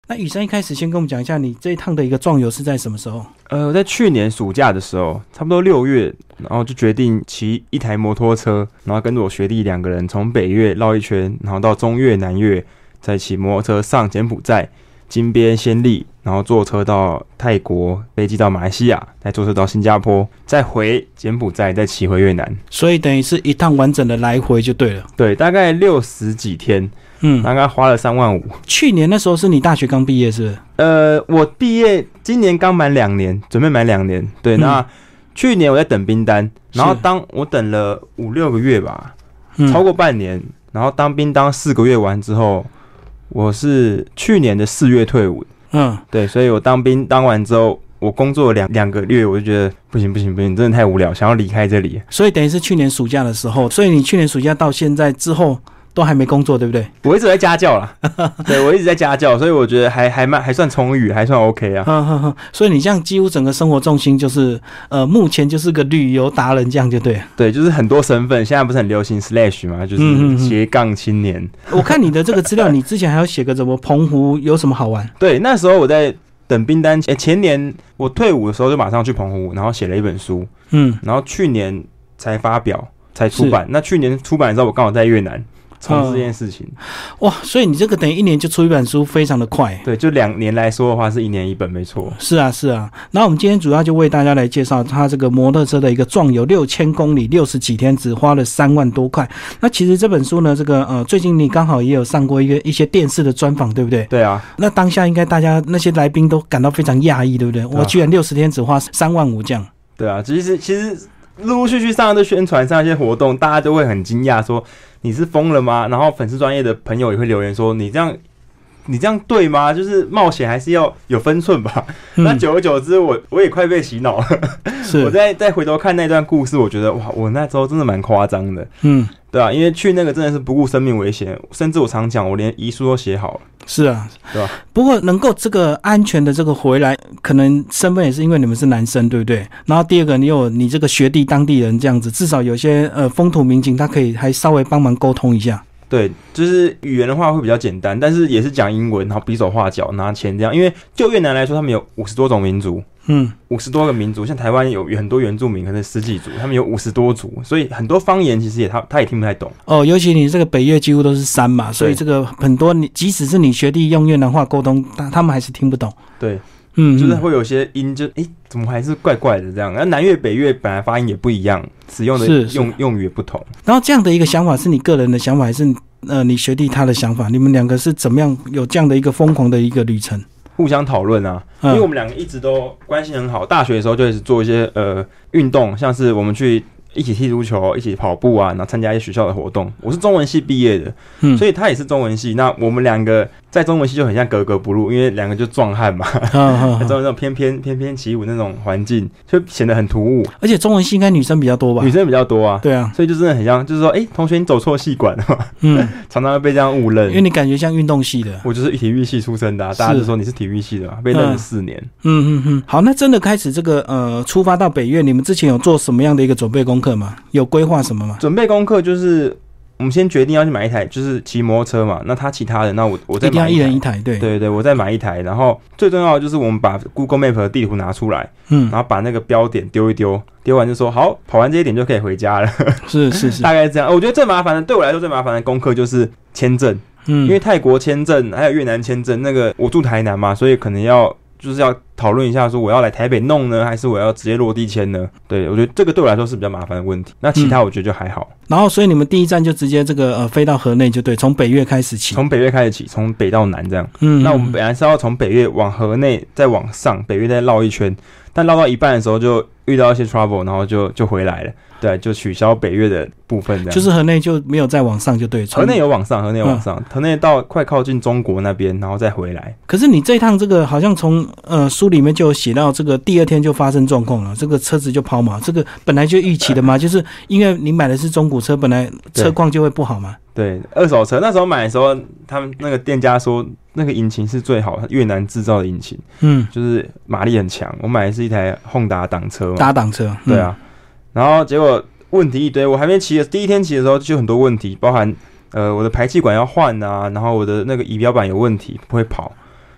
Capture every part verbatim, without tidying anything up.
那宇生一开始先跟我们讲一下，你这一趟的一个壮游是在什么时候？ 呃，我在去年暑假的时候，差不多六月，然后就决定骑一台摩托车，然后跟着我学弟两个人从北越绕一圈，然后到中越、南越，再骑摩托车上柬埔寨、金边、暹粒，然后坐车到泰国，飞机到马来西亚，再坐车到新加坡，再回柬埔寨，再骑回越南。 所以等于是一趟完整的来回就对了。 对，大概六十几天。嗯，大概花了三万五。 去年那时候是你大学刚毕业是不是？ 呃，我毕业今年刚满两年，准备满两年。对，嗯、那去年我在等兵单，然后当我等了五六个月吧，超过半年，然后当兵当四个月完之后，我是去年的四月退伍。嗯，对，所以我当兵当完之后，我工作两两个月，我就觉得不行不行不行，真的太无聊，想要离开这里。 所以等于是去年暑假的时候，所以你去年暑假到现在之后。都还没工作，对不对？ 我一直在家教啦，对，我一直在家教，所以我觉得还还蛮还算充裕，还算 OK 啊。 呵呵呵，所以你这样几乎整个生活重心就是呃，目前就是个旅游达人，这样就对。 对，就是很多身份，现在不是很流行 slash 嘛，就是斜杠青年。嗯嗯嗯我看你的这个资料，你之前还要写个什么澎湖有什么好玩？ 对，那时候我在等兵单，欸、前年我退伍的时候就马上去澎湖，然后写了一本书，嗯，然后去年才发表才出版。那去年出版的时候，我刚好在越南。从事这件事情、嗯， 哇！所以你这个等于一年就出一本书，非常的快。 对，就两年来说的话，是一年一本，没错。 是啊，是啊。那我们今天主要就为大家来介绍他这个摩托车的一个壮游六千公里，六十几天，只花了三万多块。那其实这本书呢，这个呃，最近你刚好也有上过一个一些电视的专访，对不对？ 对啊。 那当下应该大家那些来宾都感到非常讶异，对不对？我居然六十天只花三万五这样。 对啊，其实其实。陆陆续续上的宣传上一些活动，大家都会很惊讶，说你是疯了吗？然后粉丝专业的朋友也会留言说，你这样，你这样对吗？就是冒险还是要有分寸吧。嗯、那久而久之，我我也快被洗脑了。是，我再再回头看那段故事，我觉得哇，我那时候真的蛮夸张的。嗯，对啊，因为去那个真的是不顾生命危险，甚至我常讲，我连遗书都写好了。 是啊， 对吧？ 不过能够这个安全的这个回来，可能身份也是因为你们是男生，对不对？然后第二个，你有你这个学弟当地人这样子，至少有些呃风土民情，他可以还稍微帮忙沟通一下。 对，就是语言的话会比较简单，但是也是讲英文，然后比手画脚拿钱这样。因为就越南来说，他们有五十多种民族，嗯，五十多个民族，像台湾有很多原住民，可能十几族，他们有五十多族，所以很多方言其实也他他也听不太懂。 哦，尤其你这个北越几乎都是山嘛，所以这个很多你即使是你学弟用越南话沟通，他他们还是听不懂。 对。嗯，就是会有些音就诶、欸、怎么还是怪怪的这样。那南越北越本来发音也不一样，使用的用用语也不同。 然后这样的一个想法是你个人的想法，还是呃你学弟他的想法？你们两个是怎么样有这样的一个疯狂的一个旅程？ 互相讨论啊，因为我们两个一直都关系很好。大学的时候就一直做一些呃运动，像是我们去一起踢足球，一起跑步啊，然后参加一些学校的活动。我是中文系毕业的，嗯，所以他也是中文系。那我们两个在中文系就很像格格不入，因为两个就壮汉嘛，在中文那种翩翩翩翩起舞那种环境，就显得很突兀。 而且中文系应该女生比较多吧？ 女生比较多啊， 对啊， 所以就真的很像，就是说，哎、欸，同学你走错系馆了嘛，嗯，常常会被这样误认， 因为你感觉像运动系的。 我就是体育系出身的、啊，大家就说你是体育系的嘛，被认了四年。 嗯嗯嗯，好，那真的开始这个呃出发到北越，你们之前有做什么样的一个准备功课吗？有规划什么吗？ 准备功课就是我们先决定要去买一台，就是骑摩托车嘛。那他其他的，那我我再买一台， 一定要一人一台，对对对，我再买一台。然后最重要的就是我们把 Google Map 的地图拿出来，嗯，然后把那个标点丢一丢，丢完就说好，跑完这一点就可以回家了。 是是是， 大概是这样。我觉得最麻烦的，对我来说最麻烦的功课就是签证，嗯，因为泰国签证还有越南签证，那个我住台南嘛，所以可能要。就是要讨论一下，说我要来台北弄呢，还是我要直接落地签呢？对，我觉得这个对我来说是比较麻烦的问题。那其他我觉得就还好。嗯、 然后，所以你们第一站就直接这个呃飞到河内就对，从北越开始起， 从北越开始起，从北到南这样。嗯，那我们本来是要从北越往河内再往上，北越再绕一圈，但绕到一半的时候就遇到一些 trouble， 然后就就回来了。对，就取消北越的部分，这样就是河内就没有再往上，就对。 河内有往上，河内有往上，河内、嗯、到快靠近中国那边，然后再回来。 可是你这一趟这个好像从呃书里面就有写到，这个第二天就发生状况了，这个车子就抛锚，这个本来就预期的嘛，就是因为你买的是中古车，本来车况就会不好嘛。 对，二手车那时候买的时候，他们那个店家说那个引擎是最好的，越南制造的引擎，嗯，就是马力很强。我买的是一台Honda挡车嘛， 打挡车， 嗯、对啊。然后结果问题一堆，我还没骑的第一天骑的时候就很多问题，包含呃我的排气管要换啊，然后我的那个仪表板有问题不会跑，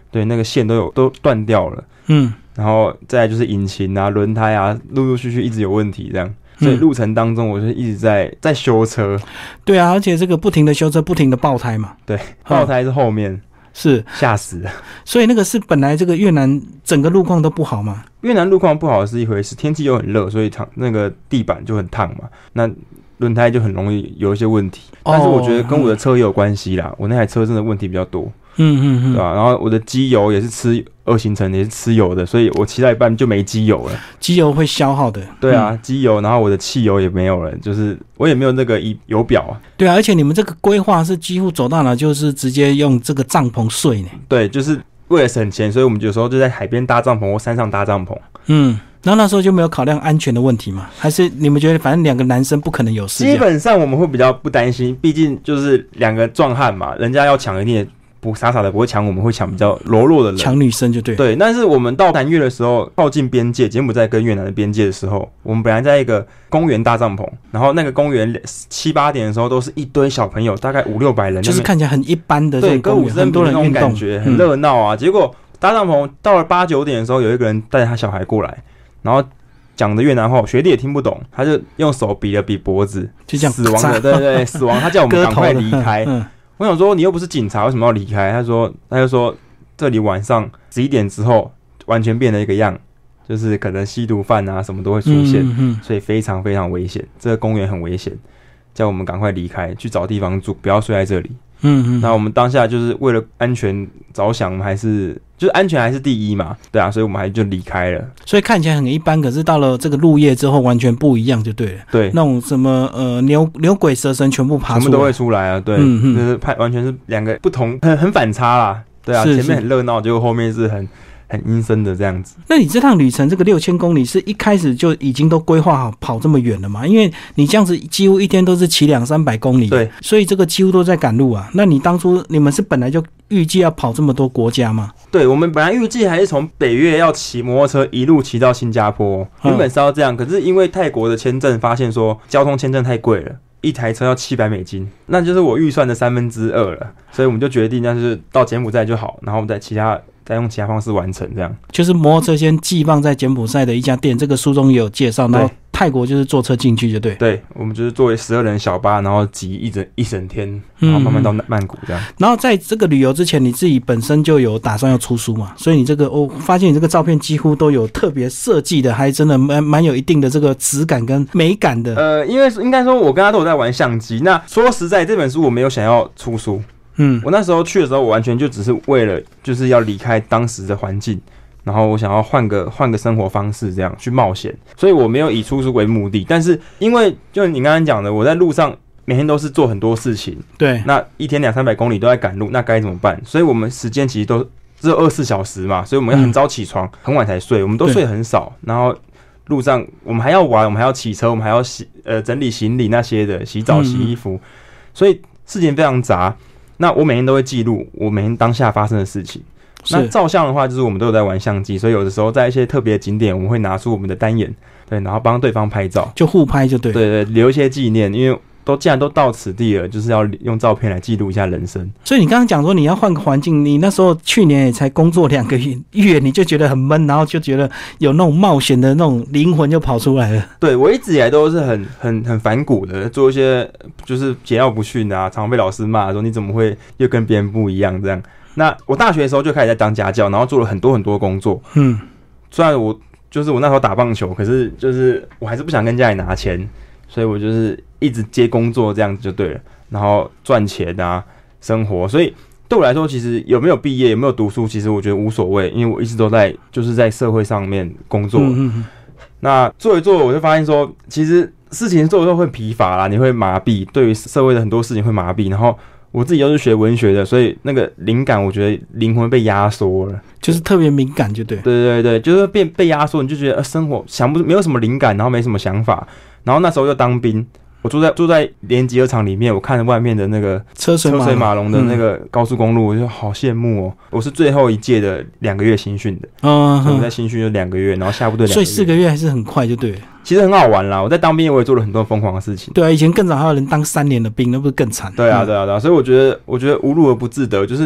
对，那个线都有都断掉了， 嗯， 然后再来就是引擎啊、轮胎啊，陆陆续续一直有问题这样。所以路程当中，我就一直在在修车。 对啊，而且这个不停的修车，不停的爆胎嘛。 对，爆胎是后面。 是吓死了， 所以那个是本来这个越南整个路况都不好嘛。 越南路况不好是一回事，天气又很热，所以那个地板就很烫嘛，那轮胎就很容易有一些问题。哦、但是我觉得跟我的车也有关系啦，嗯、我那台车真的问题比较多。嗯嗯嗯，对吧？然后我的机油也是吃二行程，也是吃油的，所以我骑到一半就没机油了。 机油会消耗的。 对啊，嗯、机油，然后我的汽油也没有了，就是我也没有那个油表啊。 对啊，而且你们这个规划是几乎走到哪就是直接用这个帐篷睡呢。 对，就是为了省钱，所以我们有时候就在海边搭帐篷或山上搭帐篷。 嗯。然后那时候就没有考量安全的问题嘛？还是你们觉得反正两个男生不可能有事？ 基本上我们会比较不担心，毕竟就是两个壮汉嘛，人家要抢一定也不傻傻的不会抢，我们会抢比较柔弱的人， 抢女生就对。 对，但是我们到南越的时候，靠近边界，柬埔寨跟越南的边界的时候，我们本来在一个公园搭帐篷，然后那个公园七八点的时候都是一堆小朋友，大概五六百人， 就是看起来很一般的这种公园，很多人运动， 感觉很热闹啊。嗯、结果搭帐篷到了八九点的时候，有一个人带着他小孩过来，然后讲的越南话，学弟也听不懂，他就用手比了比脖子， 就这样死亡的，对对对，死亡，他叫我们赶快离开。嗯嗯我想说，你又不是警察，为什么要离开？他说，他就说，这里晚上十一点之后完全变了一个样，就是可能吸毒犯啊什么都会出现，嗯嗯所以非常非常危险。这个公园很危险，叫我们赶快离开，去找地方住，不要睡在这里。嗯嗯。那我们当下就是为了安全着想，我们还是就是安全还是第一嘛，对啊，所以我们还就离开了。 所以看起来很一般，可是到了这个入夜之后，完全不一样，就对了。 对， 那种什么呃牛牛鬼蛇神全部爬出来， 全部都会出来啊。对，嗯、就是派完全是两个不同，很很反差啦。对啊，前面很热闹，结果后面是很。很阴森的这样子。 那你这趟旅程这个六千公里是一开始就已经都规划好跑这么远了吗？因为你这样子几乎一天都是骑两三百公里， 对， 所以这个几乎都在赶路啊。那你当初你们是本来就预计要跑这么多国家吗？ 对，我们本来预计还是从北越要骑摩托车一路骑到新加坡，原本是要这样，可是因为泰国的签证发现说交通签证太贵了。一台车要七百美金，那就是我预算的三分之二了，所以我们就决定，那就是到柬埔寨就好，然后我们再其他再用其他方式完成，这样。 就是摩托车先寄放在柬埔寨的一家店，这个书中也有介绍，然后泰国就是坐车进去就对。 对，我们就是作为十二人小巴，然后挤一整一整天，然后慢慢到曼谷这样、 嗯。然后在这个旅游之前，你自己本身就有打算要出书嘛？所以你这个我、哦、发现你这个照片几乎都有特别设计的，还真的蛮蛮有一定的这个质感跟美感的。 呃，因为应该说我跟他都有在玩相机。那说实在，这本书我没有想要出书。嗯，我那时候去的时候，我完全就只是为了就是要离开当时的环境。然后我想要换个换个生活方式，这样去冒险，所以我没有以出书为目的。但是因为就你刚刚讲的，我在路上每天都是做很多事情， 对， 那一天两三百公里都在赶路，那该怎么办？所以我们时间其实都只有二十四小时嘛，所以我们要很早起床，嗯、很晚才睡，我们都睡很少。然后路上我们还要玩，我们还要骑车，我们还要洗呃整理行李那些的，洗澡、洗衣服，嗯、所以事情非常杂。那我每天都会记录我每天当下发生的事情。那照相的话，就是我们都有在玩相机，所以有的时候在一些特别的景点，我们会拿出我们的单眼，对，然后帮对方拍照， 就互拍就对， 对对，留一些纪念，因为都既然都到此地了，就是要用照片来记录一下人生。 所以你刚刚讲说你要换个环境，你那时候去年也才工作两个月，你就觉得很闷，然后就觉得有那种冒险的那种灵魂就跑出来了。 对，我一直以来都是很很很反骨的，做一些就是桀骜不驯啊，常常被老师骂说你怎么会又跟别人不一样这样。那我大学的时候就开始在当家教，然后做了很多很多工作。嗯，虽然我就是我那时候打棒球，可是就是我还是不想跟家里拿钱，所以我就是一直接工作这样子就对了，然后赚钱啊，生活。所以对我来说，其实有没有毕业，有没有读书，其实我觉得无所谓，因为我一直都在就是在社会上面工作。嗯嗯那做一做，我就发现说，其实事情做一做会疲乏啦，你会麻痹，对于社会的很多事情会麻痹，然后。我自己又是学文学的，所以那个灵感，我觉得灵魂被压缩了， 就是特别敏感，就对。 对对对，就是被被压缩，你就觉得、呃、生活想不没有什么灵感，然后没什么想法，然后那时候又当兵，我住在住在连集合场里面，我看着外面的那个车水车水马龙的那个高速公路，我就好羡慕哦。我是最后一届的两个月新训的，嗯，所以我在新训就两个月，然后下部队两个月， 所以四个月还是很快，就对了。 其实很好玩啦，我在当兵我也做了很多疯狂的事情。 对啊，以前更早还有人当三年的兵，那不是更惨？ 对啊，对啊，对啊，所以我觉得，我觉得无路而不自得，就是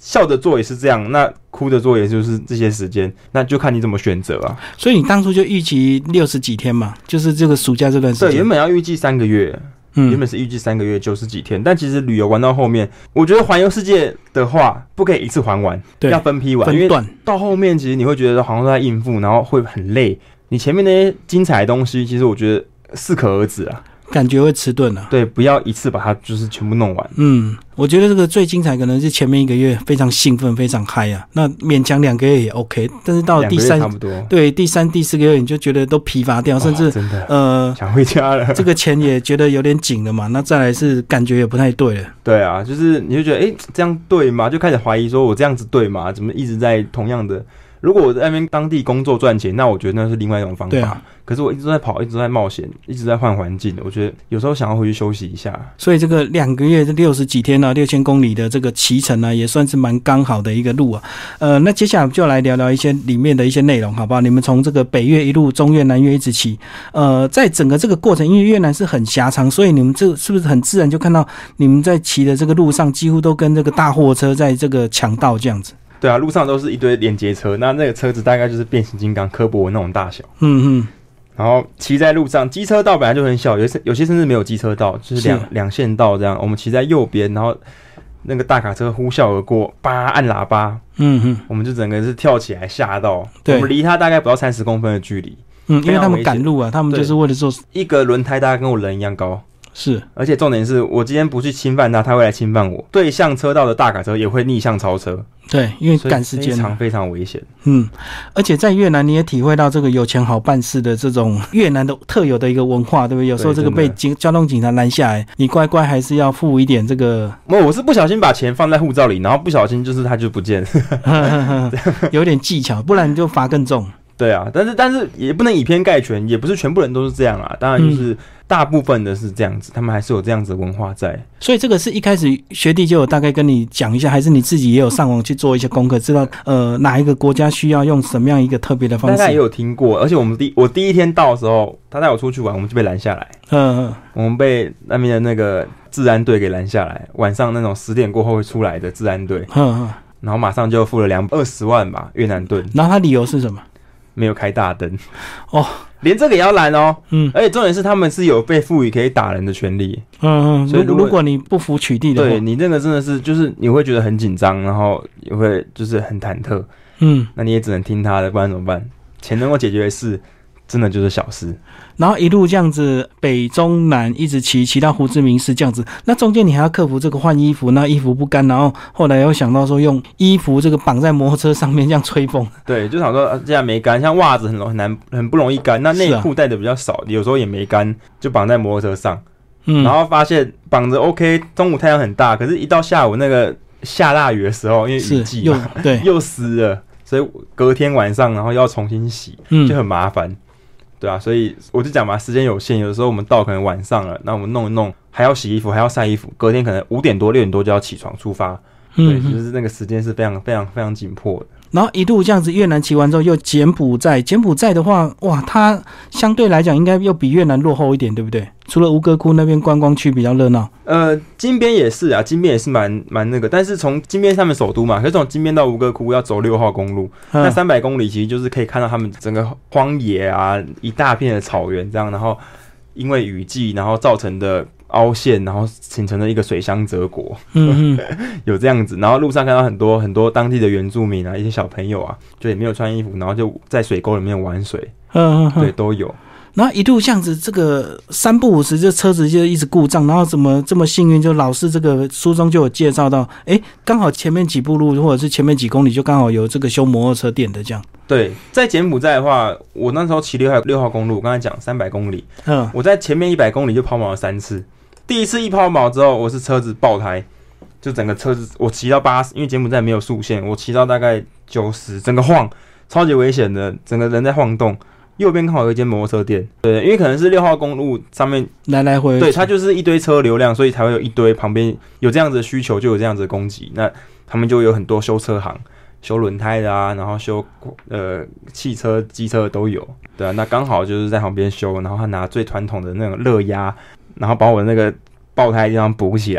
笑着做也是这样，那哭着做也就是这些时间，那就看你怎么选择啊。 所以你当初就预期六十几天嘛，就是这个暑假这段时间。 对，原本要预计三个月。嗯，原本是预计三个月九十几天，但其实旅游玩到后面，我觉得环游世界的话，不可以一次还完，要分批玩，因为到后面其实你会觉得好像都在应付，然后会很累。你前面那些精彩的东西，其实我觉得适可而止啊。 感觉会迟钝啊。 对，不要一次把它就是全部弄完。 嗯，我觉得这个最精彩可能是前面一个月非常兴奋、非常嗨啊，那勉强两个月也 OK， 但是到了第三， 差不多， 对，第三、第四个月你就觉得都疲乏掉，甚至真的呃想回家了。 这个钱也觉得有点紧了嘛，那再来是感觉也不太对了。 对啊，就是你就觉得哎、欸，这样对吗？就开始怀疑说我这样子对吗？怎么一直在同样的？如果我在那边当地工作赚钱，那我觉得那是另外一种方法。啊、可是我一直在跑，一直在冒险，一直在换环境，我觉得有时候想要回去休息一下。 所以这个两个月六十几天啊，六千公里的这个骑程呢、啊，也算是蛮刚好的一个路啊。呃，那接下来就来聊聊一些里面的一些内容，好不好？你们从这个北越一路、中越、南越一直骑，呃，在整个这个过程，因为越南是很狭长，所以你们这是不是很自然就看到你们在骑的这个路上，几乎都跟这个大货车在这个抢道这样子？ 对啊，路上都是一堆连接车，那那个车子大概就是变形金刚柯博文那种大小。 嗯嗯。 然后骑在路上，机车道本来就很小，有些有些甚至没有机车道，就是两两线道这样。我们骑在右边，然后那个大卡车呼啸而过，叭按喇叭， 嗯哼， 我们就整个是跳起来吓到。我们离他大概不到三十公分的距离。 嗯，因为他们赶路啊，他们就是为了做一个轮胎大概跟我人一样高。 是， 而且重点是我今天不去侵犯他，他会来侵犯我。对向车道的大卡车也会逆向超车。 对，因为赶时间， 非常非常危险。 嗯，而且在越南你也体会到这个有钱好办事的这种越南的特有的一个文化，对不对？有时候这个被警交通警察拦下来，你乖乖还是要付一点这个。 我是不小心把钱放在护照里，然后不小心就是他就不见了， 有点技巧，不然你就罚更重。 对啊，但是但是也不能以偏概全，也不是全部人都是这样啊。当然就是大部分的是这样子，他们还是有这样子的文化在。 所以这个是一开始学弟就有大概跟你讲一下，还是你自己也有上网去做一些功课，知道呃哪一个国家需要用什么样一个特别的方式？ 大概也有听过，而且我们第我第一天到的时候，他带我出去玩，我们就被拦下来。嗯嗯，我们被那边的那个治安队给拦下来，晚上那种十点过后会出来的治安队。嗯嗯，然后马上就付了两二十万吧越南盾。 然后他理由是什么？ 没有开大灯哦，连这个也要拦哦。嗯，而且重点是他们是有被赋予可以打人的权利。嗯嗯，所以如果, 如果你不服取缔的话，对你那个真的是就是你会觉得很紧张，然后也会就是很忐忑。嗯，那你也只能听他的，不然怎么办？钱能够解决的事，真的就是小事。 然后一路这样子北中南一直骑骑到胡志明市这样子，那中间你还要克服这个换衣服，那衣服不干，然后后来又想到说用衣服这个绑在摩托车上面这样吹风。 对，就想说、啊、这样没干，像袜子很很难很不容易干，那内裤带的比较少、啊，有时候也没干，就绑在摩托车上。嗯，然后发现绑着 OK， 中午太阳很大，可是一到下午那个下大雨的时候，因为雨季嘛， 对， 又湿了，所以隔天晚上然后要重新洗，就很麻烦。嗯，对啊，所以我就讲嘛，时间有限，有的时候我们到可能晚上了，那我们弄一弄，还要洗衣服，还要晒衣服，隔天可能五点多、六点多就要起床出发，对，嗯、就是那个时间是非常、非常、非常紧迫的。 然后一路这样子越南骑完之后，又柬埔寨，柬埔寨的话，哇，它相对来讲应该又比越南落后一点，对不对？除了吴哥窟那边观光区比较热闹， 呃，金边也是啊，金边也是蛮蛮那个，但是从金边他们首都嘛，可是从金边到吴哥窟要走六号公路，嗯、那三百公里其实就是可以看到他们整个荒野啊，一大片的草原这样，然后因为雨季，然后造成的凹陷，然后形成了一个水乡泽国，嗯有这样子，然后路上看到很多很多当地的原住民啊，一些小朋友啊，就也没有穿衣服，然后就在水沟里面玩水，嗯对，都有。 然后一路这样子，这个三不五时这车子就一直故障，然后怎么这么幸运？就老师这个书中就有介绍到，哎，刚好前面几步路或者是前面几公里就刚好有这个修摩托车店的这样。 对，在柬埔寨的话，我那时候骑六号六号公路，我刚才讲三百公里，嗯，我在前面一百公里就抛锚了三次。第一次一抛锚之后，我是车子爆胎，就整个车子我骑到八十，因为柬埔寨没有速限，我骑到大概九十，整个晃，超级危险的，整个人在晃动。右边刚好有一间摩托车店，对，因为可能是六号公路上面来来回回， 对，它就是一堆车流量，所以才会有一堆旁边有这样子的需求，就有这样子的供给，那他们就有很多修车行，修轮胎的啊，然后修呃汽车、机车都有，对啊，那刚好就是在旁边修，然后他拿最传统的那种热压，然后把我那个爆胎的地方补起来。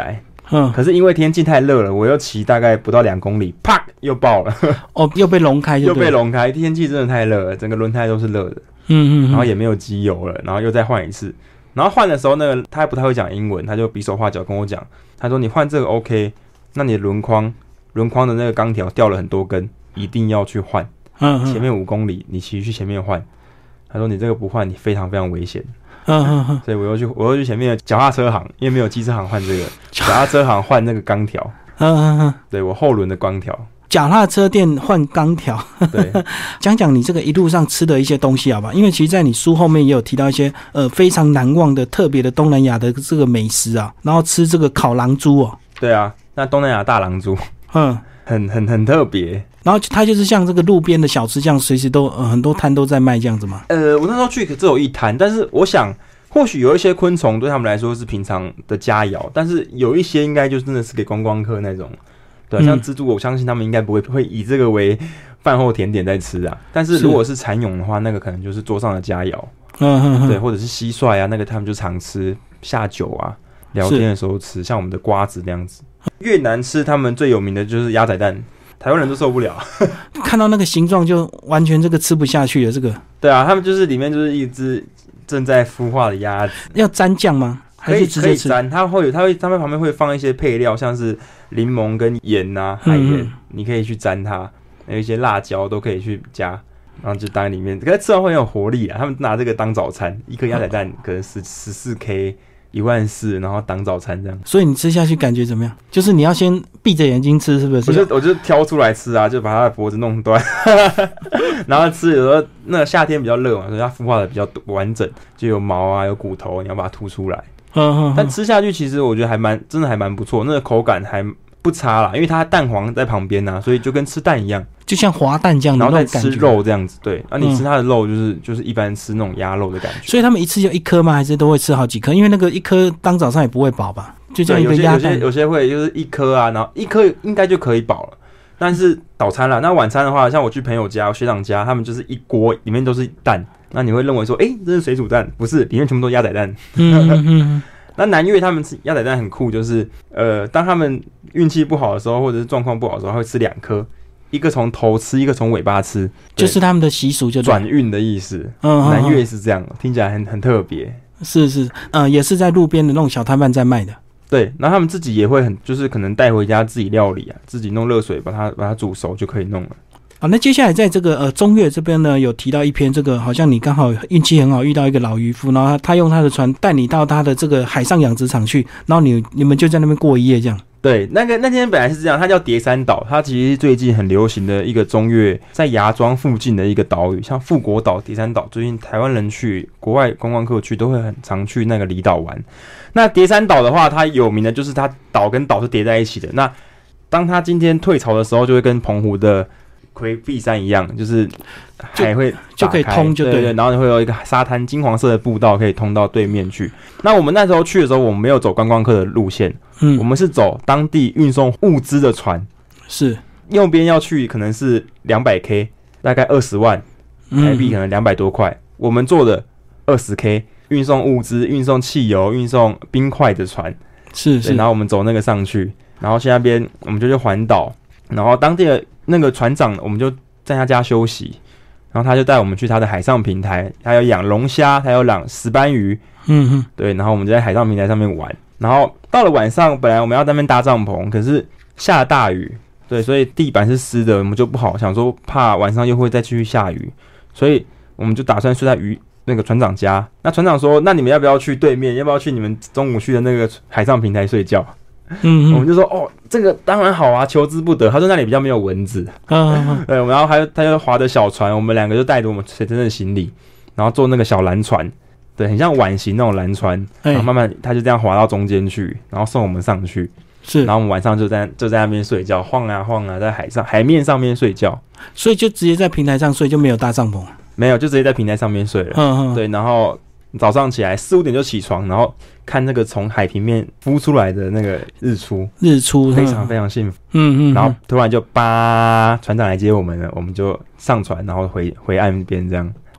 嗯， 可是因为天气太热了，我又骑大概不到两公里，啪又爆了。 哦，又被溶开就对了， 又被溶开，天气真的太热了，整个轮胎都是热的。 嗯嗯， 然后也没有机油了，然后又再换一次。然后换的时候，那个他还不太会讲英文，他就比手画脚跟我讲，他说你换这个 OK， 那你的轮框轮框的那个钢条掉了很多根，一定要去换。嗯嗯，前面五公里你骑去前面换，他说你这个不换你非常非常危险。嗯嗯嗯，所以我又去我又去前面的脚踏车行，因为没有机车行换这个，脚踏车行换那个钢条。嗯嗯嗯，对我后轮的钢条。 脚踏车店换钢条，对，讲讲你这个一路上吃的一些东西好吧？因为其实在你书后面也有提到一些呃非常难忘的特别的东南亚的这个美食啊，然后吃这个烤狼猪哦。 对啊，那东南亚大狼猪，嗯，很很很特别。 然后它就是像这个路边的小吃这样，随时都、呃、很多摊都在卖这样子吗？ 呃，我那时候去只有一摊，但是我想或许有一些昆虫对他们来说是平常的佳肴，但是有一些应该就真的是给观光客那种。对、啊，像蜘蛛，我相信他们应该不会会以这个为饭后甜点在吃啊。但是如果是蚕蛹的话，那个可能就是桌上的佳肴。嗯嗯嗯，对，或者是蟋蟀啊，那个他们就常吃下酒啊，聊天的时候吃，像我们的瓜子那样子。越南吃他们最有名的就是鸭仔蛋，台湾人都受不了。 看到那个形状就完全这个吃不下去了。这个对啊，他们就是里面就是一只正在孵化的鸭子。 要沾酱吗？ 可以可以沾，它会有，它会，它会旁边会放一些配料，像是柠檬跟盐啊，海盐、嗯，你可以去沾它，还有一些辣椒都可以去加，然后就当里面，可是吃完会很有活力啊。他们拿这个当早餐，一颗鸭仔蛋可能十十四 K 一万四，然后当早餐这样。 所以你吃下去感觉怎么样？就是你要先闭着眼睛吃，是不是？ 我就我就挑出来吃啊，就把它的脖子弄断，然后吃。有时候那个夏天比较热嘛，所以它孵化的比较完整，就有毛啊，有骨头，你要把它吐出来。但吃下去其实我觉得还蛮真的还蛮不错，那个口感还不差啦，因为它蛋黄在旁边啊，所以就跟吃蛋一样， 就像滑蛋这样的， 然后再吃肉这样子。对，那、啊、你吃它的肉就是就是一般吃那种鸭肉的感觉。 所以他们一次就一颗吗？还是都会吃好几颗？因为那个一颗当早上也不会饱吧？就这样一个鸭蛋， 有些有些有些会就是一颗啊，然后一颗应该就可以饱了。但是早餐啦，那晚餐的话，像我去朋友家、学长家，他们就是一锅里面都是蛋。那你会认为说，哎、欸，这是水煮蛋？不是，里面全部都是鸭仔蛋。嗯嗯嗯。那南越他们吃鸭仔蛋很酷，就是呃，当他们运气不好的时候，或者是状况不好的时候，会吃两颗，一个从头吃，一个从尾巴吃， 就是他们的习俗就转运的意思。嗯，南越是这样，听起来很很特别。 是是，呃，也是在路边的那种小摊贩在卖的。 对，然后他们自己也会很，就是可能带回家自己料理啊，自己弄热水把它把它煮熟就可以弄了。 好，那接下来在这个呃中越这边呢，有提到一篇这个，好像你刚好运气很好遇到一个老渔夫，然后 他, 他用他的船带你到他的这个海上养殖场去，然后你你们就在那边过一夜这样。 对，那个那天本来是这样，它叫叠山岛，它其实最近很流行的一个中越在芽庄附近的一个岛屿，像富国岛、叠山岛，最近台湾人去、国外观光客去都会很常去那个离岛玩。那叠山岛的话，它有名的就是它岛跟岛是叠在一起的。那当它今天退潮的时候，就会跟澎湖的魁壁山一样，就是海会就可以通就 对, 对对，然后你会有一个沙滩金黄色的步道可以通到对面去。那我们那时候去的时候，我们没有走观光客的路线，嗯，我们是走当地运送物资的船， 是右边要去可能是两百 K， 大概二十万台币，可能两百多块、嗯。我们坐的二十 K 运送物资、运送汽油、运送冰块的船， 是是， 然后我们走那个上去，然后去那边我们就去环岛，然后当地的那个船长，我们就在他家休息，然后他就带我们去他的海上平台，他有养龙虾，他有养石斑鱼，嗯哼，对，然后我们就在海上平台上面玩，然后到了晚上，本来我们要在那边搭帐篷，可是下了大雨，对，所以地板是湿的，我们就不好，想说怕晚上又会再继续下雨，所以我们就打算睡在鱼那个船长家。那船长说，那你们要不要去对面？要不要去你们中午去的那个海上平台睡觉？嗯，我们就说哦，这个当然好啊，求之不得。他说那里比较没有蚊子，嗯，对，然后还有他就划着小船，我们两个就带着我们随身的行李，然后坐那个小蓝船，对，很像碗形那种蓝船，然后慢慢他就这样划到中间去，然后送我们上去，是，然后我们晚上就在就在那边睡觉，晃啊晃啊，在海上海面上面睡觉， 所以就直接在平台上睡，就没有搭帐篷， 没有，就直接在平台上面睡了，嗯嗯，对，然后早上起来四五点就起床，然后看那个从海平面浮出来的那个日出， 日出非常非常幸福。嗯嗯，然后突然就叭，船长来接我们了，我们就上船，然后回回岸边这样。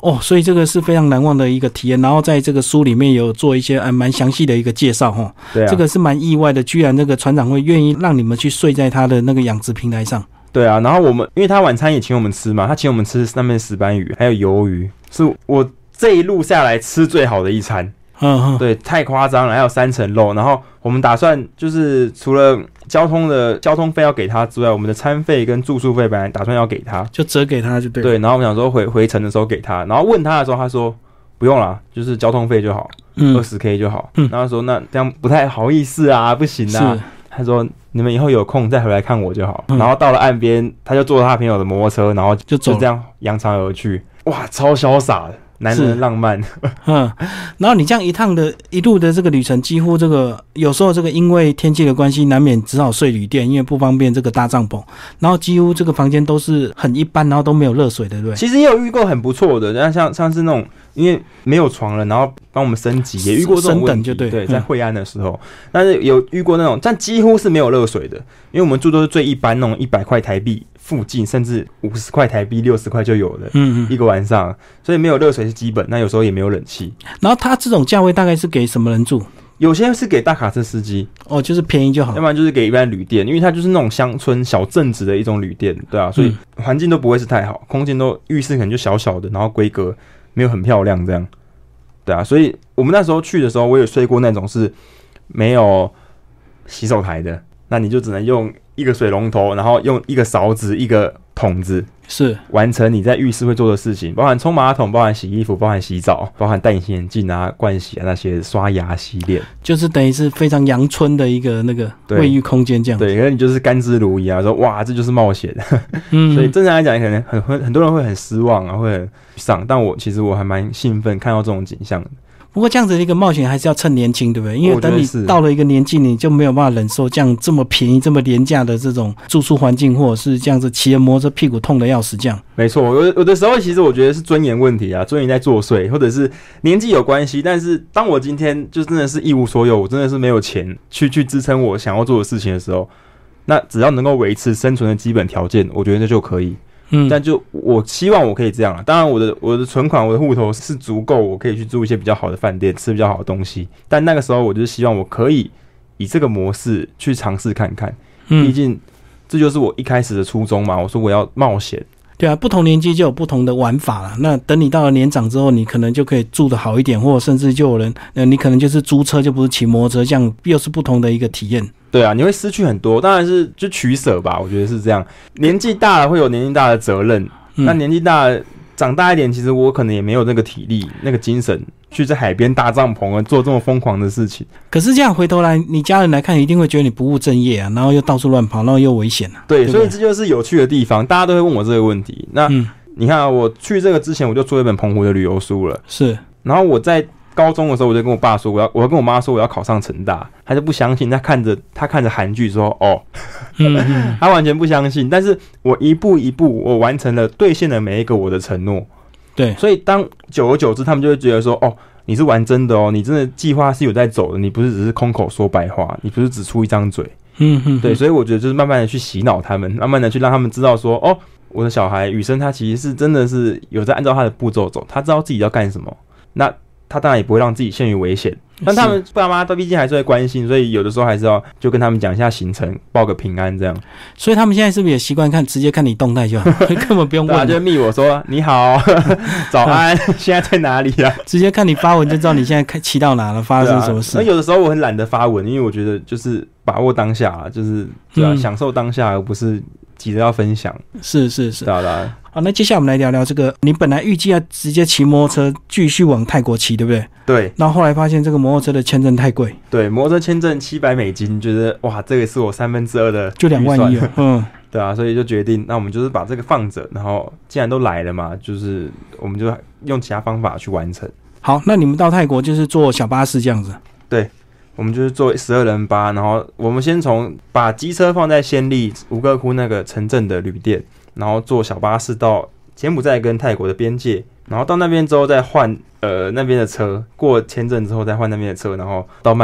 哦，所以这个是非常难忘的一个体验。然后在这个书里面有做一些呃蛮详细的一个介绍哈。 对啊， 这个是蛮意外的，居然这个船长会愿意让你们去睡在他的那个养殖平台上。 对啊，然后我们因为他晚餐也请我们吃嘛，他请我们吃那边石斑鱼还有鱿鱼，是我这一路下来吃最好的一餐。 嗯嗯， 对，太夸张了，还有三层肉。然后我们打算就是除了交通的交通费要给他之外，我们的餐费跟住宿费本来打算要给他， 就折给他就对了。 对，然后我们想说回回程的时候给他，然后问他的时候，他说不用啦，就是交通费就好， 嗯， 二十 K 就好。 嗯， 然后说那这样不太好意思啊，不行啊。他说你们以后有空再回来看我就好。嗯，然后到了岸边，他就坐他朋友的摩托车，然后就就这样扬长而去。哇，超潇洒的。男人的浪漫， 嗯，然后你这样一趟的一路的这个旅程，几乎这个有时候这个因为天气的关系，难免只好睡旅店，因为不方便这个搭帐篷。然后几乎这个房间都是很一般，然后都没有热水的，对不对？ 其实也有遇过很不错的，像像像是那种因为没有床了，然后帮我们升级，也遇过这种问题， 就对， 对，在惠安的时候，嗯，但是有遇过那种，但几乎是没有热水的，因为我们住都是最一般那种一百块台币附近，甚至五十块台币、六十块就有的，嗯，一个晚上，所以没有热水是基本，那有时候也没有冷气。 然后它这种价位大概是给什么人住？ 有些是给大卡车司机， 哦，就是便宜就好， 要不然就是给一般旅店，因为它就是那种乡村小镇子的一种旅店，对啊，所以环境都不会是太好，空间都浴室可能就小小的，然后规格没有很漂亮这样，对啊，所以我们那时候去的时候，我有睡过那种是没有洗手台的，那你就只能用一个水龙头，然后用一个勺子、一个桶子， 是完成你在浴室会做的事情，包含冲马桶、包含洗衣服、包含洗澡、包含戴隐形眼镜啊、盥洗啊那些、刷牙、洗脸， 就是等于是非常阳春的一个那个卫浴空间这样。 对，可是你就是甘之如饴啊，说哇，这就是冒险。嗯，所以正常来讲，可能很很很多人会很失望啊，会很丧，但我其实我还蛮兴奋看到这种景象的。 不过这样子的一个冒险还是要趁年轻，对不对？因为等你到了一个年纪，你就没有办法忍受这样这么便宜、这么廉价的这种住宿环境，或者是这样子骑着摩托车屁股痛的要死这样。 没错，有有的时候其实我觉得是尊严问题啊，尊严在作祟，或者是年纪有关系。但是当我今天就真的是一无所有，我真的是没有钱去去支撑我想要做的事情的时候，那只要能够维持生存的基本条件，我觉得这就可以。嗯，但就我希望我可以这样啊。当然，我的我的存款、我的户头是足够，我可以去住一些比较好的饭店，吃比较好的东西。但那个时候，我就是希望我可以以这个模式去尝试看看。嗯，毕竟这就是我一开始的初衷嘛。我说我要冒险。 对啊，不同年纪就有不同的玩法了。那等你到了年长之后，你可能就可以住得好一点，或者甚至就有人，呃，你可能就是租车，就不是骑摩托车，这样又是不同的一个体验。 对啊，你会失去很多，当然是就取舍吧，我觉得是这样。年纪大了会有年纪大的责任，嗯、那年纪大了长大一点，其实我可能也没有那个体力、那个精神去在海边搭帐篷啊，做这么疯狂的事情。 可是这样回头来，你家人来看，一定会觉得你不务正业啊，然后又到处乱跑，然后又危险啊。 对， 对， 所以这就是有趣的地方，大家都会问我这个问题。那、嗯、你看啊，我去这个之前我就做一本澎湖的旅游书了， 是， 然后我在高中的时候，我就跟我爸说，我要我要跟我妈说我要考上成大，他就不相信，他看着他看着韩剧说哦，嗯、他完全不相信。但是我一步一步，我完成了，兑现了每一个我的承诺。 对， 所以当久而久之，他们就会觉得说，哦，你是玩真的哦，你真的计划是有在走的，你不是只是空口说白话，你不是只出一张嘴。嗯哼，对，所以我觉得就是慢慢的去洗脑他们，慢慢的去让他们知道说，哦，我的小孩宇生他其实是真的是有在按照他的步骤走，他知道自己要干什么。那他当然也不会让自己陷于危险，但他们爸妈都毕竟还是会关心，所以有的时候还是要就跟他们讲一下行程，报个平安这样。 所以他们现在是不是也习惯看直接看你动态就好，根本不用问， 就密我说你好，早安，现在在哪里啊？ 直接看你发文就知道你现在骑到哪了，发生什么事。 那、啊、有的时候我很懒得发文，因为我觉得就是把握当下，就是对啊、嗯，享受当下，而不是急着要分享。 是是是， 对啊对啊。 好，那接下来我们来聊聊这个，你本来预计要直接骑摩托车继续往泰国骑，对不对？ 对。 然后后来发现这个摩托车的签证太贵。 对，摩托车签证七百美金，觉得哇，这个是我三分之二的， 就两万一了。嗯， 对啊，所以就决定，那我们就是把这个放着，然后既然都来了嘛，就是我们就用其他方法去完成。 好，那你们到泰国就是坐小巴士这样子？ 对。我们就是坐十二人巴，然后我们先从把机车放在暹粒吴哥窟那个城镇的旅店，然后坐小巴士到柬埔寨跟泰国的边界，然后到那边之后再换呃那边的车，过签证之后再换那边的车，然后到曼谷，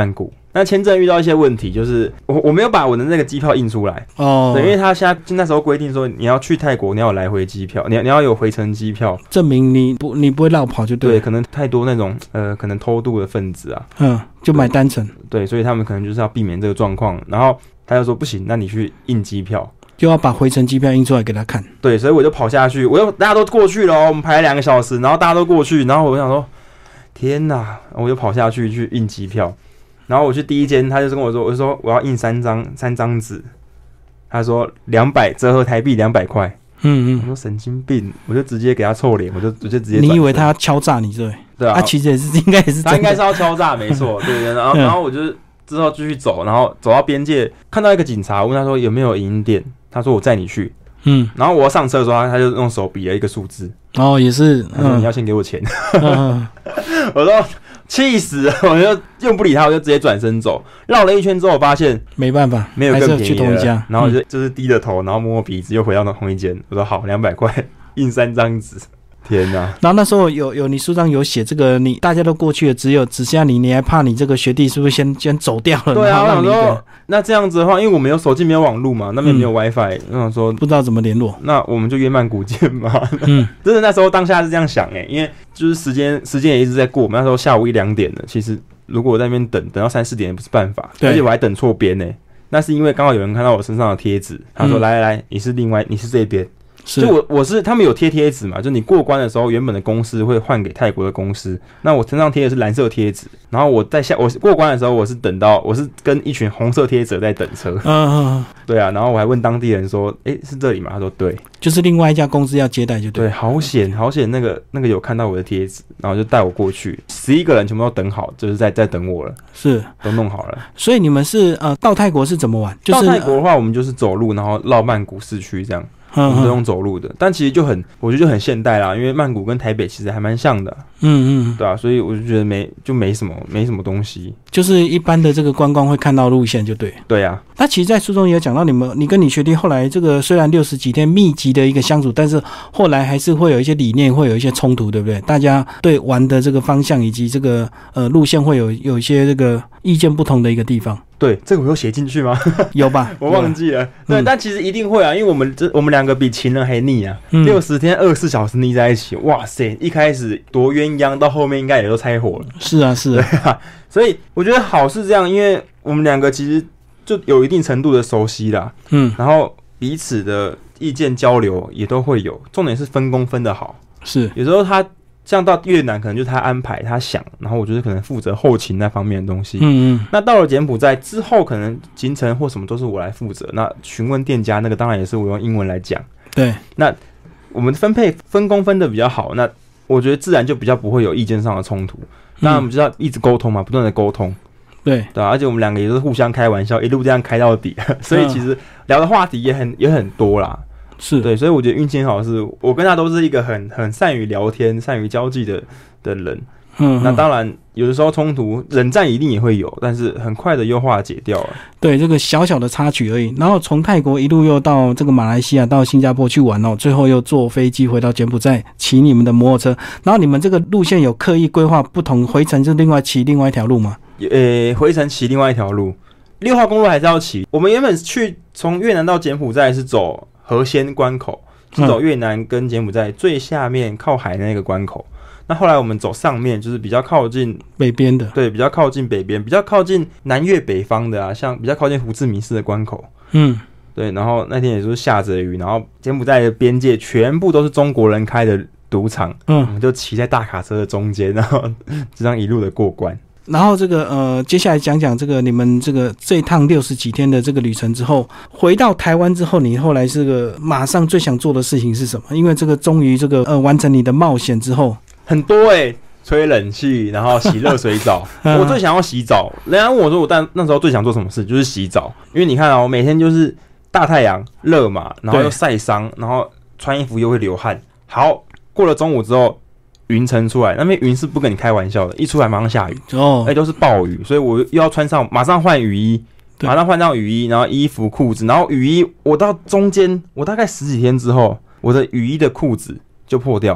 那签证遇到一些问题，就是我我没有把我的那个机票印出来哦，对，因为他现在那时候规定说你要去泰国，你要有来回机票，你要你要有回程机票， 证明你不你不会绕跑就对了。 对，可能太多那种呃可能偷渡的分子啊， 嗯，就买单程。 对，所以他们可能就是要避免这个状况，然后他就说不行，那你去印机票。 就要把回程机票印出来给他看。 对，所以我就跑下去，我又大家都过去了哦，我们排了两个小时，然后大家都过去，然后我想说，天哪！我就跑下去去印机票，然后我去第一间，他就跟我说，我就说我要印三张三张纸，他说两百折合台币两百块。嗯嗯，我说神经病，我就直接给他臭脸，我就我就直接。 你以为他要敲诈你对？ 对啊， 他其实也是应该也是真的， 他应该是要敲诈，没错，对对。然后、嗯、然后我就之后继续走，然后走到边界，看到一个警察，问他说有没有影音店。他说我载你去，嗯，然后我要上车的时候，他就用手比了一个数字， 哦，也是， 他说你要先给我钱，嗯、我说气死了，我就用不理他，我就直接转身走，绕了一圈之后，我发现没办法， 没有更便宜的， 家然后就、嗯、就是低着头，然后摸摸鼻子，又回到那同一间，我说好，两百块印三张纸。天哪！ 然后那时候有有你书上有写这个，你大家都过去了，只有只剩下你，你还怕你这个学弟是不是先先走掉了？ 对啊， 我想说那这样子的话，因为我没有手机，没有网路嘛，那边没有 WiFi，、嗯、我想说不知道怎么联络， 那我们就约曼谷见嘛。嗯，真的那时候当下是这样想哎、欸，因为就是时间时间也一直在过，我们那时候下午一两点了，其实如果我在那边等等到三四点也不是办法，而且我还等错边呢。那是因为刚好有人看到我身上的贴纸，他说、嗯、来来来，你是另外你是这边。就我我是他们有贴贴纸嘛，就你过关的时候，原本的公司会换给泰国的公司。那我身上贴的是蓝色贴纸，然后我在下我过关的时候，我是等到我是跟一群红色贴纸在等车。嗯嗯，对啊，然后我还问当地人说：“哎、欸，是这里吗？”他说：“对， 就是另外一家公司要接待就对。” 对，好险好险，那个那个有看到我的贴纸，然后就带我过去，十一个人全部都等好，就是在在等我了， 是都弄好了。 所以你们是呃到泰国是怎么玩？就是到泰国的话，我们就是走路，然后绕曼谷市区这样。我们都用走路的，但其实就很，我觉得就很现代啦，因为曼谷跟台北其实还蛮像的，嗯嗯，对啊，所以我就觉得没就没什么没什么东西， 就是一般的这个观光会看到路线就对， 对啊。 那其实，在书中也有讲到，你们你跟你学弟后来这个虽然六十几天密集的一个相处，但是后来还是会有一些理念会有一些冲突，对不对？大家对玩的这个方向以及这个呃路线会有有一些这个意见不同的一个地方。 对，这个我有写进去吗？ 有吧， 我忘记了。对、嗯，但其实一定会啊，因为我们这我们两个比情人还腻啊，六、嗯、十天二十四小时腻在一起，哇塞！一开始夺鸳鸯，到后面应该也都拆伙了。 是啊，是啊。 对啊，所以我觉得好是这样，因为我们两个其实就有一定程度的熟悉啦，嗯，然后彼此的意见交流也都会有，重点是分工分得好。 是， 有时候他。像到越南可能就是他安排他想，然后我就是可能负责后勤那方面的东西。嗯嗯。那到了柬埔寨之后，可能行程或什么都是我来负责。那询问店家那个当然也是我用英文来讲。 对。 那我们分配分工分的比较好，那我觉得自然就比较不会有意见上的冲突。那我们就要一直沟通嘛，不断的沟通。 对对、啊，而且我们两个也是互相开玩笑，一路这样开到底，所以其实聊的话题也很也很多啦。 是对，所以我觉得运气很好，是我跟他都是一个很很善于聊天、善于交际的的人。嗯，那当然有的时候冲突冷战一定也会有，但是很快的又化解掉了。 对，这个小小的插曲而已。然后从泰国一路又到这个马来西亚、到新加坡去玩哦，最后又坐飞机回到柬埔寨，骑你们的摩托车。然后你们这个路线有刻意规划不同，回程就另外骑另外一条路吗？ 呃，回程骑另外一条路，六号公路还是要骑。我们原本去从越南到柬埔寨是走河仙关口，是走越南跟柬埔寨最下面靠海的那个关口。那后来我们走上面，就是比较靠近北边的， 对，比较靠近北边，比较靠近南越北方的啊，像比较靠近胡志明市的关口。嗯，对。然后那天也就是下着雨，然后柬埔寨的边界全部都是中国人开的赌场，嗯，我们就骑在大卡车的中间，然后这样一路的过关。 然后这个呃，接下来讲讲这个你们这个这一趟六十几天的这个旅程之后，回到台湾之后，你后来这个马上最想做的事情是什么？因为这个终于这个呃完成你的冒险之后， 很多哎、欸，吹冷气，然后洗热水澡。我最想要洗澡。人家问我说我但那时候最想做什么事，就是洗澡。因为你看啊、喔，我每天就是大太阳热嘛，然后又晒伤，然后穿衣服又会流汗。好，过了中午之后。云层出来，那边云是不跟你开玩笑的，一出来马上下雨，哦，哎、欸，都是暴雨，所以我又要穿上，马上换雨衣，马上换上雨衣，然后衣服、裤子，然后雨衣，我到中间，我大概十几天之后，我的雨衣的裤子就破掉了，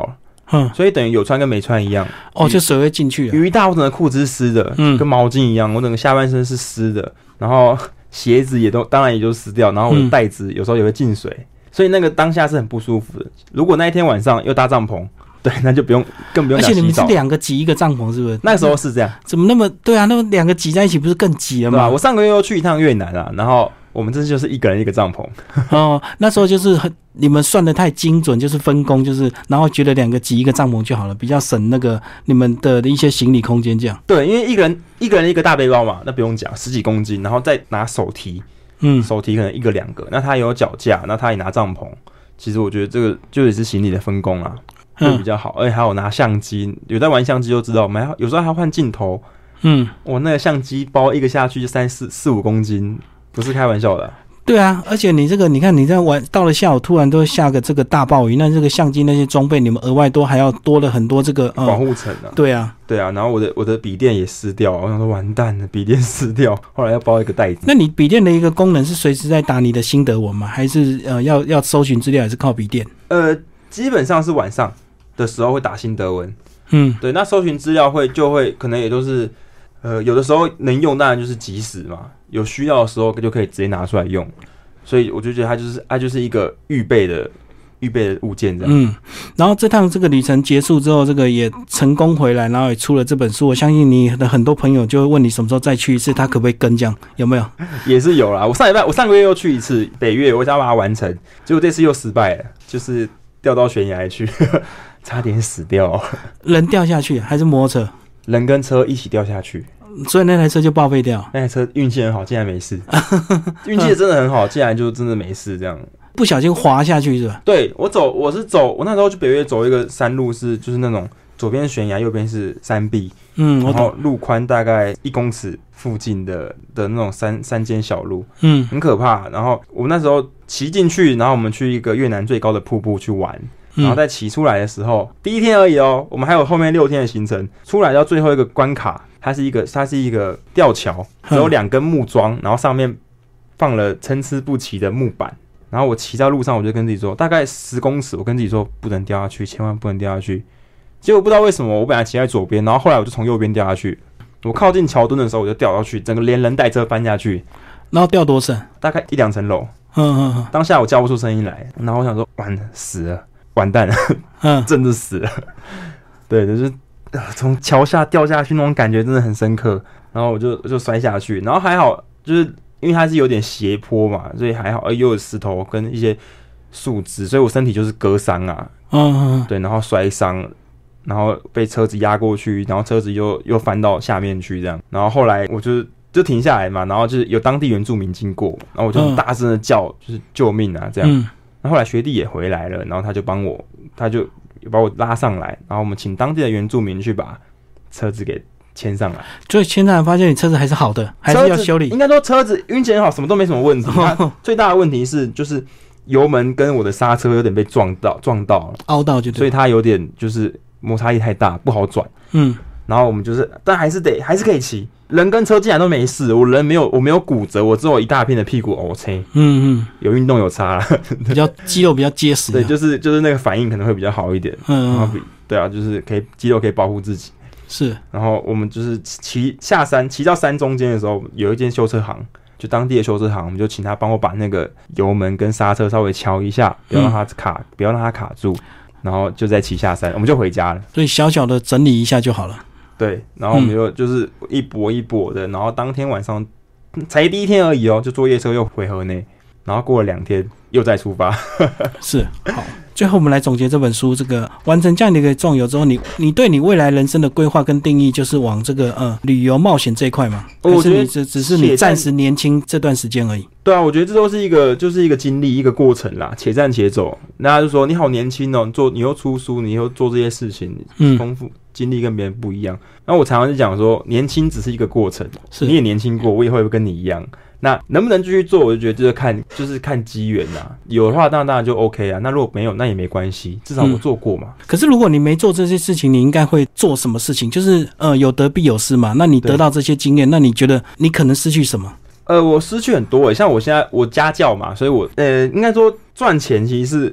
嗯， 所以等于有穿跟没穿一样。 哦，就水会进去了。 雨一大，我整个裤子是湿的，嗯，跟毛巾一样，我整个下半身是湿的，然后鞋子也都当然也就湿掉，然后我的袋子有时候也会进水，嗯、所以那个当下是很不舒服的。如果那一天晚上又搭帐篷，对，那就不用更不用讲洗澡。而且你们是两个挤一个帐篷，是不是？ 那时候是这样。 怎么那么对啊？那么两个挤在一起，不是更挤了吗？ 对啊，我上个月又去一趟越南啊，然后我们这就是一个人一个帐篷。 哦，那时候就是很你们算得太精准，就是分工，就是然后觉得两个挤一个帐篷就好了，比较省那个你们的一些行李空间这样。 对，因为一个人一个人一个大背包嘛，那不用讲，十几公斤，然后再拿手提，嗯，手提可能一个两个，那他也有脚架，那他也拿帐篷。其实我觉得这个就也是行李的分工啦。会比较好，而且还有拿相机，有在玩相机就知道，我们有时候还要换镜头。嗯，我那个相机包一个下去就三四四五公斤，不是开玩笑的、啊。 对啊，而且你这个，你看你在玩，到了下午突然都下个这个大暴雨，那这个相机那些装备，你们额外都还要多了很多这个、 嗯、保护层啊。 对啊， 对啊，然后我的我的笔电也湿掉，我想说完蛋了，笔电湿掉，后来要包一个袋子。 那你笔电的一个功能是随时在打你的心得文吗？还是呃要要搜寻资料，还是靠笔电？ 呃，基本上是晚上的时候会打心得文，嗯，对，那搜寻资料会就会可能也都是，呃，有的时候能用当然就是即时嘛，有需要的时候就可以直接拿出来用，所以我就觉得它就是它就是一个预备的预备的物件这样。 嗯，然后这趟这个旅程结束之后，这个也成功回来，然后也出了这本书，我相信你的很多朋友就会问你什么时候再去一次，他可不可以跟这样，有没有？ 也是有啦，我上礼拜我上个月又去一次北越，我想把它完成，结果这次又失败了，就是掉到悬崖去。差点死掉、哦， 人掉下去还是摩托车？ 人跟车一起掉下去， 所以那台车就报废掉。 那台车运气很好，竟然没事，运气真的很好，竟然就真的没事这样。 不小心滑下去是吧？ 对，我走，我是走，我那时候去北越走一个山路是，就是那种左边悬崖，右边是山壁，嗯，然后路宽大概一公尺附近的的那种山山间小路，嗯，很可怕。然后我那时候骑进去，然后我们去一个越南最高的瀑布去玩。然后在骑出来的时候，嗯、第一天而已哦，我们还有后面六天的行程。出来到最后一个关卡，它是一个它是一个吊桥，只有两根木桩，然后上面放了参差不齐的木板。然后我骑到路上，我就跟自己说，大概十公尺，我跟自己说不能掉下去，千万不能掉下去。结果不知道为什么，我本来骑在左边，然后后来我就从右边掉下去。我靠近桥墩的时候，我就掉下去，整个连人带车翻下去。 然后掉多深？大概一两层楼。 嗯嗯嗯。 当下我叫不出声音来，然后我想说，完了，死了。完蛋了，嗯，真的死了。对，就是从桥下掉下去那种感觉真的很深刻。然后我就就摔下去，然后还好，就是因为它是有点斜坡嘛，所以还好，又有石头跟一些树枝，所以我身体就是割伤啊，嗯嗯，对，然后摔伤，然后被车子压过去，然后车子又又翻到下面去这样。然后后来我就就停下来嘛，然后就是有当地原住民经过，然后我就很大声的叫，就是救命啊这样。嗯，那后来学弟也回来了，然后他就帮我，他就把我拉上来，然后我们请当地的原住民去把车子给牵上来。 所以牵上来发现你车子还是好的，还是要修理。 应该说车子运气很好，什么都没什么问题。它最大的问题是就是油门跟我的刹车有点被撞到，撞到了， 凹到就对， 所以它有点就是摩擦力太大，不好转。嗯，然后我们就是，但还是得还是可以骑。人跟车竟然都没事，我人没有，我没有骨折，我只有一大片的屁股 OK。嗯嗯，有运动有差啦， 比较肌肉比较结实。 对，就是就是那个反应可能会比较好一点。嗯，然后比对啊，就是可以肌肉可以保护自己。 是， 然后我们就是骑下山，骑到山中间的时候，有一间修车行，就当地的修车行，我们就请他帮我把那个油门跟刹车稍微敲一下，不要让它卡，嗯、不要让它卡住，然后就再骑下山，我们就回家了。 所以小小的整理一下就好了。 对，然后我们就就是一跛一跛的，然后当天晚上才第一天而已哦，就坐夜车又回河内，然后过了两天又再出发。 是，好。最后我们来总结这本书，这个完成这样的一个壮游之后，你你对你未来人生的规划跟定义，就是往这个呃旅游冒险这一块吗？还是你只只是你暂时年轻这段时间而已？ 对啊，我觉得这都是一个就是一个经历一个过程啦，且战且走。大家就说你好年轻哦，你做你又出书，你又做这些事情，丰富经历跟别人不一样。那我常常就讲说，年轻只是一个过程，你也年轻过，我也会跟你一样。那能不能继续做，我就觉得就是看就是看机缘呐，有的话当然当然就 OK 啊，那如果没有那也没关系，至少我做过嘛、嗯。 可是如果你没做这些事情，你应该会做什么事情？就是呃有得必有失嘛。那你得到这些经验，那你觉得你可能失去什么？ 呃，我失去很多诶、欸，像我现在我家教嘛，所以我呃应该说赚钱其实是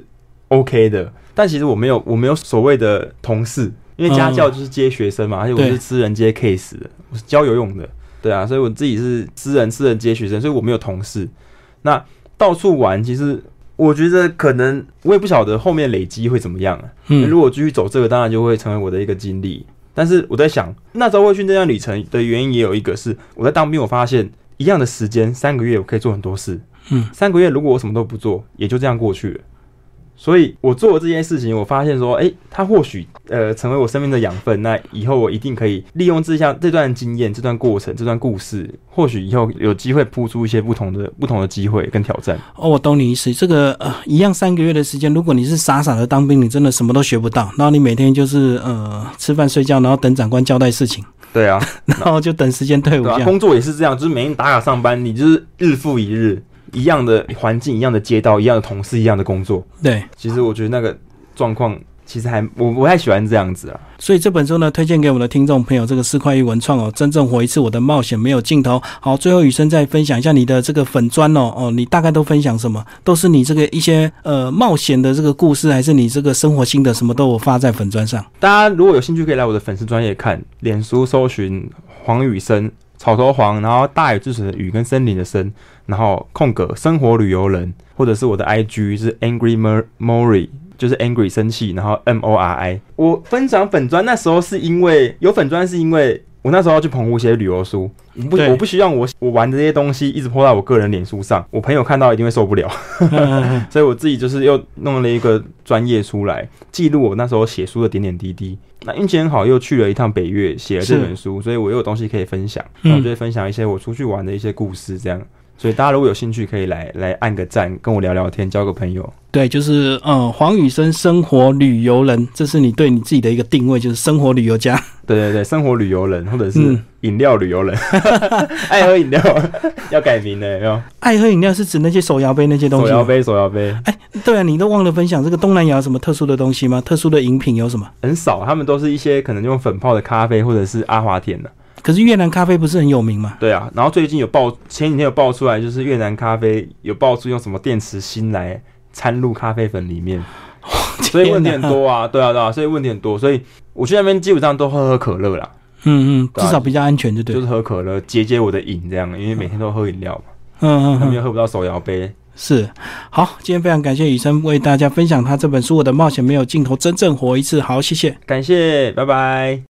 OK 的。但其实我没有我没有所谓的同事，因为家教就是接学生嘛，而且我是私人接 case 的，我是教游泳的，对啊，所以我自己是私人私人接学生，所以我没有同事。那到处玩，其实我觉得可能我也不晓得后面累积会怎么样啊。嗯，如果继续走这个，当然就会成为我的一个经历。但是我在想，那时候会去这段旅程的原因也有一个是，我在当兵，我发现一样的时间三个月，我可以做很多事。嗯，三个月如果我什么都不做，也就这样过去了。所以我做了这件事情，我发现说，哎、欸，它或许呃成为我生命的养分。那以后我一定可以利用这项这段经验、这段过程、这段故事，或许以后有机会铺出一些不同的不同的机会跟挑战。 哦，我懂你意思。这个呃一样三个月的时间，如果你是傻傻的当兵，你真的什么都学不到。然后你每天就是呃吃饭睡觉，然后等长官交代事情。 对啊， 然后就等时间退伍这样。 对啊，工作也是这样，就是每天打卡上班，你就是日复一日。一样的环境，一样的街道，一样的同事，一样的工作。 对， 其实我觉得那个状况，其实还我不太喜欢这样子啊。 所以这本书呢，推荐给我们的听众朋友，这个四块一文创哦，真正活一次我的冒险没有尽头。好，最后宇生再分享一下你的这个粉专哦哦，你大概都分享什么？都是你这个一些呃冒险的这个故事，还是你这个生活心得，什么都有发在粉专上？ 大家如果有兴趣，可以来我的粉丝专页看，脸书搜寻黄宇生。草头黄，然后大禹治水的禹跟森林的森，然后空格生活旅游人，或者是我的 I G 是 Angry Mori， 就是 Angry 生气，然后 M O R I。我分享粉专那时候是因为有粉专，是因为我那时候要去澎湖写旅游书，我不我不希望我我玩的这些东西一直po到我个人脸书上，我朋友看到一定会受不了，所以我自己就是又弄了一个专页出来，记录我那时候写书的点点滴滴。那运气很好，又去了一趟北越，写了这本书，所以我又有东西可以分享。然后我就会分享一些我出去玩的一些故事，这样。所以大家如果有兴趣，可以来来按个赞，跟我聊聊天，交个朋友。 对，就是呃，黄宇生生活旅游人，这是你对你自己的一个定位，就是生活旅游家。 对对对，生活旅游人，或者是饮料旅游人，嗯、爱喝饮料要改名了，有没有？ 爱喝饮料是指那些手摇杯那些东西。 手摇杯，手摇杯。 哎，对啊，你都忘了分享这个东南亚有什么特殊的东西吗？特殊的饮品有什么？ 很少，他们都是一些可能用粉泡的咖啡，或者是阿华田的。 可是越南咖啡不是很有名吗？ 对啊，然后最近有爆，前几天有爆出来，就是越南咖啡有爆出用什么电池芯来掺入咖啡粉里面，所以问题很多啊，对啊对啊，所以问题很多，所以我去那边基本上都喝喝可乐啦， 嗯嗯，至少比较安全，就对， 就是喝可乐解解我的瘾这样，因为每天都喝饮料嘛， 嗯嗯， 他们又喝不到手摇杯。 是，好，今天非常感谢宇生为大家分享他这本书《我的冒险没有尽头，真正活一次》。好，谢谢， 感谢，拜拜。